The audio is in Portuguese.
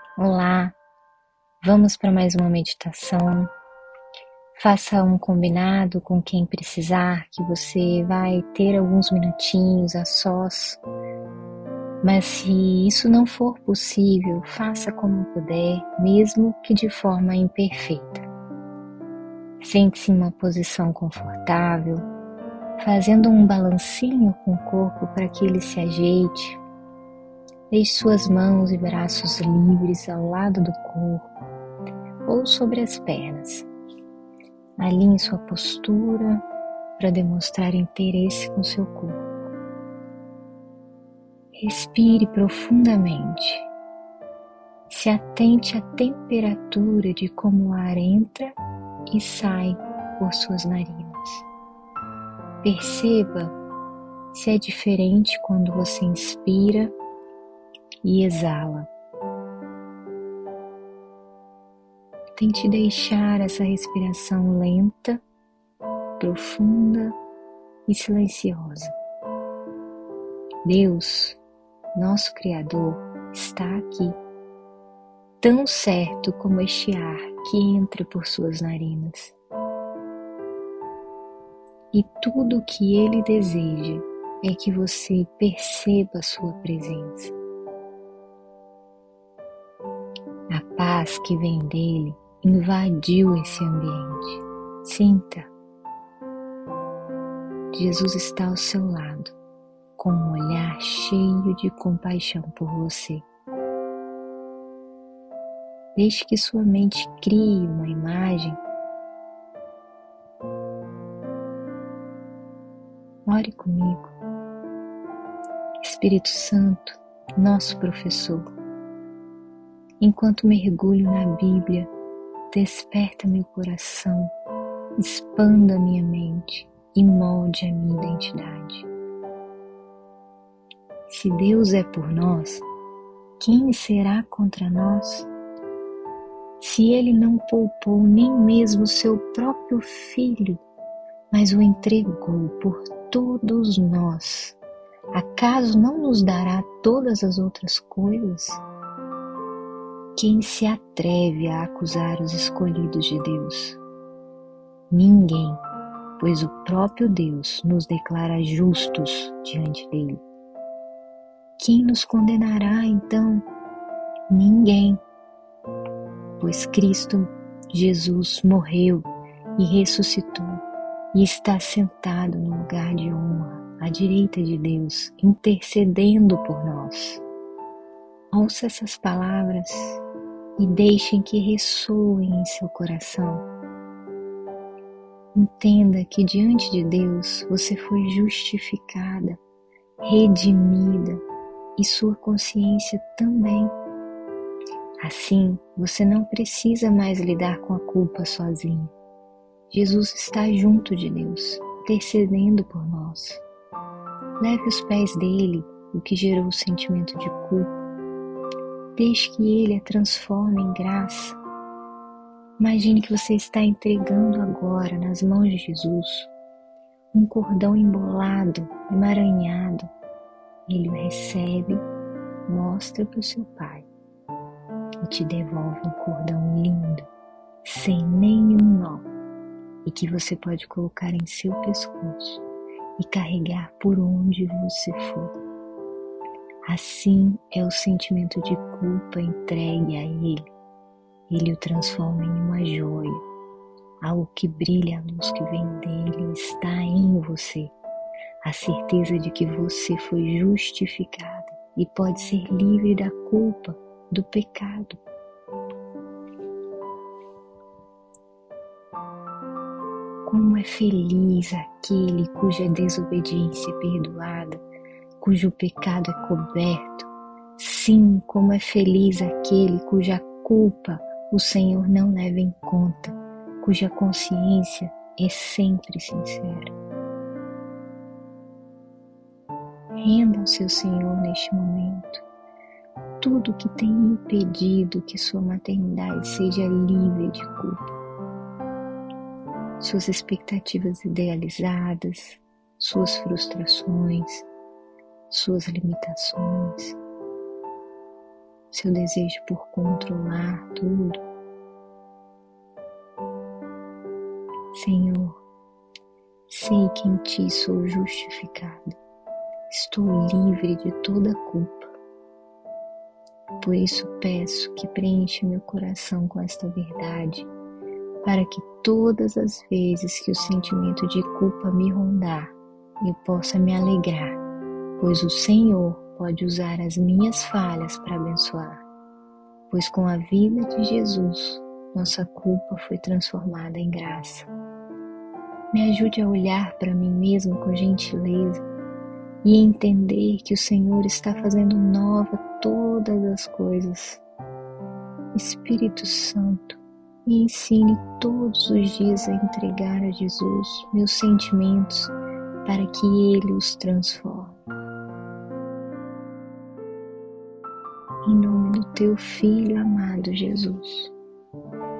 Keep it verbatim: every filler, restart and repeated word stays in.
Olá, vamos para mais uma meditação. Faça um combinado com quem precisar, que você vai ter alguns minutinhos a sós. Mas se isso não for possível, faça como puder, mesmo que de forma imperfeita. Sente-se em uma posição confortável, fazendo um balancinho com o corpo para que ele se ajeite. Deixe suas mãos e braços livres ao lado do corpo ou sobre as pernas. Alinhe sua postura para demonstrar interesse com seu corpo. Respire profundamente. Se atente à temperatura de como o ar entra e sai por suas narinas. Perceba se é diferente quando você inspira e exala. Tente deixar essa respiração lenta, profunda e silenciosa. Deus, nosso Criador, está aqui, tão certo como este ar que entra por suas narinas. E tudo o que Ele deseja é que você perceba a sua presença. A paz que vem dele invadiu esse ambiente. Sinta. Jesus está ao seu lado, com um olhar cheio de compaixão por você. Deixe que sua mente crie uma imagem. Ore comigo. Espírito Santo, nosso professor, enquanto mergulho na Bíblia, desperta meu coração, expanda minha mente e molde a minha identidade. Se Deus é por nós, quem será contra nós? Se Ele não poupou nem mesmo seu próprio Filho, mas o entregou por todos nós, acaso não nos dará todas as outras coisas? Quem se atreve a acusar os escolhidos de Deus? Ninguém, pois o próprio Deus nos declara justos diante dele. Quem nos condenará então? Ninguém, pois Cristo Jesus morreu e ressuscitou e está sentado no lugar de honra, à direita de Deus, intercedendo por nós. Ouça essas palavras e deixem que ressoem em seu coração. Entenda que diante de Deus você foi justificada, redimida e sua consciência também. Assim, você não precisa mais lidar com a culpa sozinho. Jesus está junto de Deus, intercedendo por nós. Leve aos pés dele o que gerou o sentimento de culpa. Deixe que Ele a transforme em graça. Imagine que você está entregando agora nas mãos de Jesus um cordão embolado, emaranhado. Ele o recebe, mostra para o seu Pai e te devolve um cordão lindo, sem nenhum nó, e que você pode colocar em seu pescoço e carregar por onde você for. Assim é o sentimento de culpa entregue a Ele. Ele o transforma em uma joia, algo que brilha, a luz que vem dele está em você. A certeza de que você foi justificada e pode ser livre da culpa, do pecado. Como é feliz aquele cuja desobediência é perdoada, cujo pecado é coberto. Sim, como é feliz aquele cuja culpa o Senhor não leva em conta, cuja consciência é sempre sincera. Renda ao seu Senhor neste momento tudo que tem impedido que sua maternidade seja livre de culpa. Suas expectativas idealizadas, suas frustrações, suas limitações. seu desejo por controlar tudo. Senhor, sei que em Ti sou justificada, estou livre de toda culpa. Por isso peço que preencha meu coração com esta verdade, para que todas as vezes que o sentimento de culpa me rondar, eu possa me alegrar, pois o Senhor pode usar as minhas falhas para abençoar, pois com a vida de Jesus, nossa culpa foi transformada em graça. Me ajude a olhar para mim mesmo com gentileza e entender que o Senhor está fazendo nova todas as coisas. Espírito Santo, me ensine todos os dias a entregar a Jesus meus sentimentos para que Ele os transforme. Em nome do Teu Filho amado Jesus.